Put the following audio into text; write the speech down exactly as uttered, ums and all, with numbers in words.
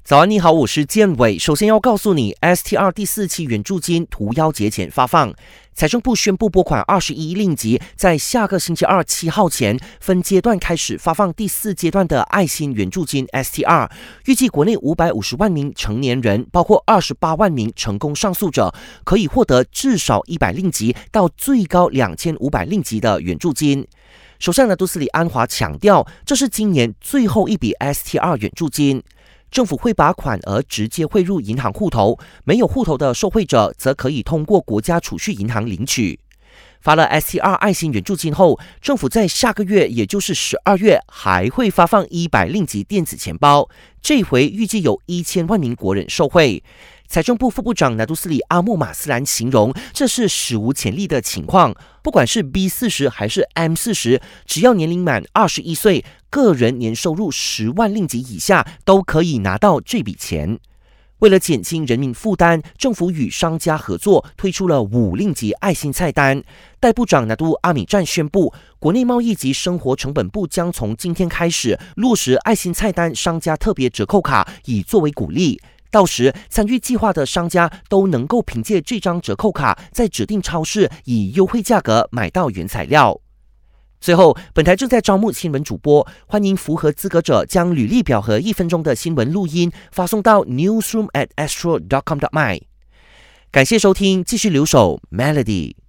早安，你好，我是建伟。首先要告诉你 ，S T R 第四期援助金屠妖节前发放。财政部宣布拨款二十一亿令吉，在下个星期二七号前分阶段开始发放第四阶段的爱心援助金 S T R。预计国内五百五十万名成年人，包括二十八万名成功上诉者，可以获得至少一百令吉到最高两千五百令吉的援助金。首相拿督斯里安华强调，这是今年最后一笔 S T R 援助金。政府会把款额直接汇入银行户头，没有户头的受惠者则可以通过国家储蓄银行领取。发了 S T R 爱心援助金后，政府在下个月，也就是十二月，还会发放一百令吉电子钱包，这回预计有一千万名国人受惠。财政部副部长拿督斯里阿莫马斯兰形容，这是史无前例的情况。不管是 B 四十 还是 M 四十，只要年龄满二十一岁，个人年收入十万令吉以下，都可以拿到这笔钱。为了减轻人民负担，政府与商家合作推出了五令吉爱心菜单。代部长拿督阿米赞宣布，国内贸易及生活成本部将从今天开始落实爱心菜单商家特别折扣卡，以作为鼓励。到时参与计划的商家都能够凭借这张折扣卡，在指定超市以优惠价格买到原材料。最后，本台正在招募新闻主播，欢迎符合资格者将履历表和一分钟的新闻录音发送到 newsroom at astro dot com dot my。感谢收听，继续留守 Melody。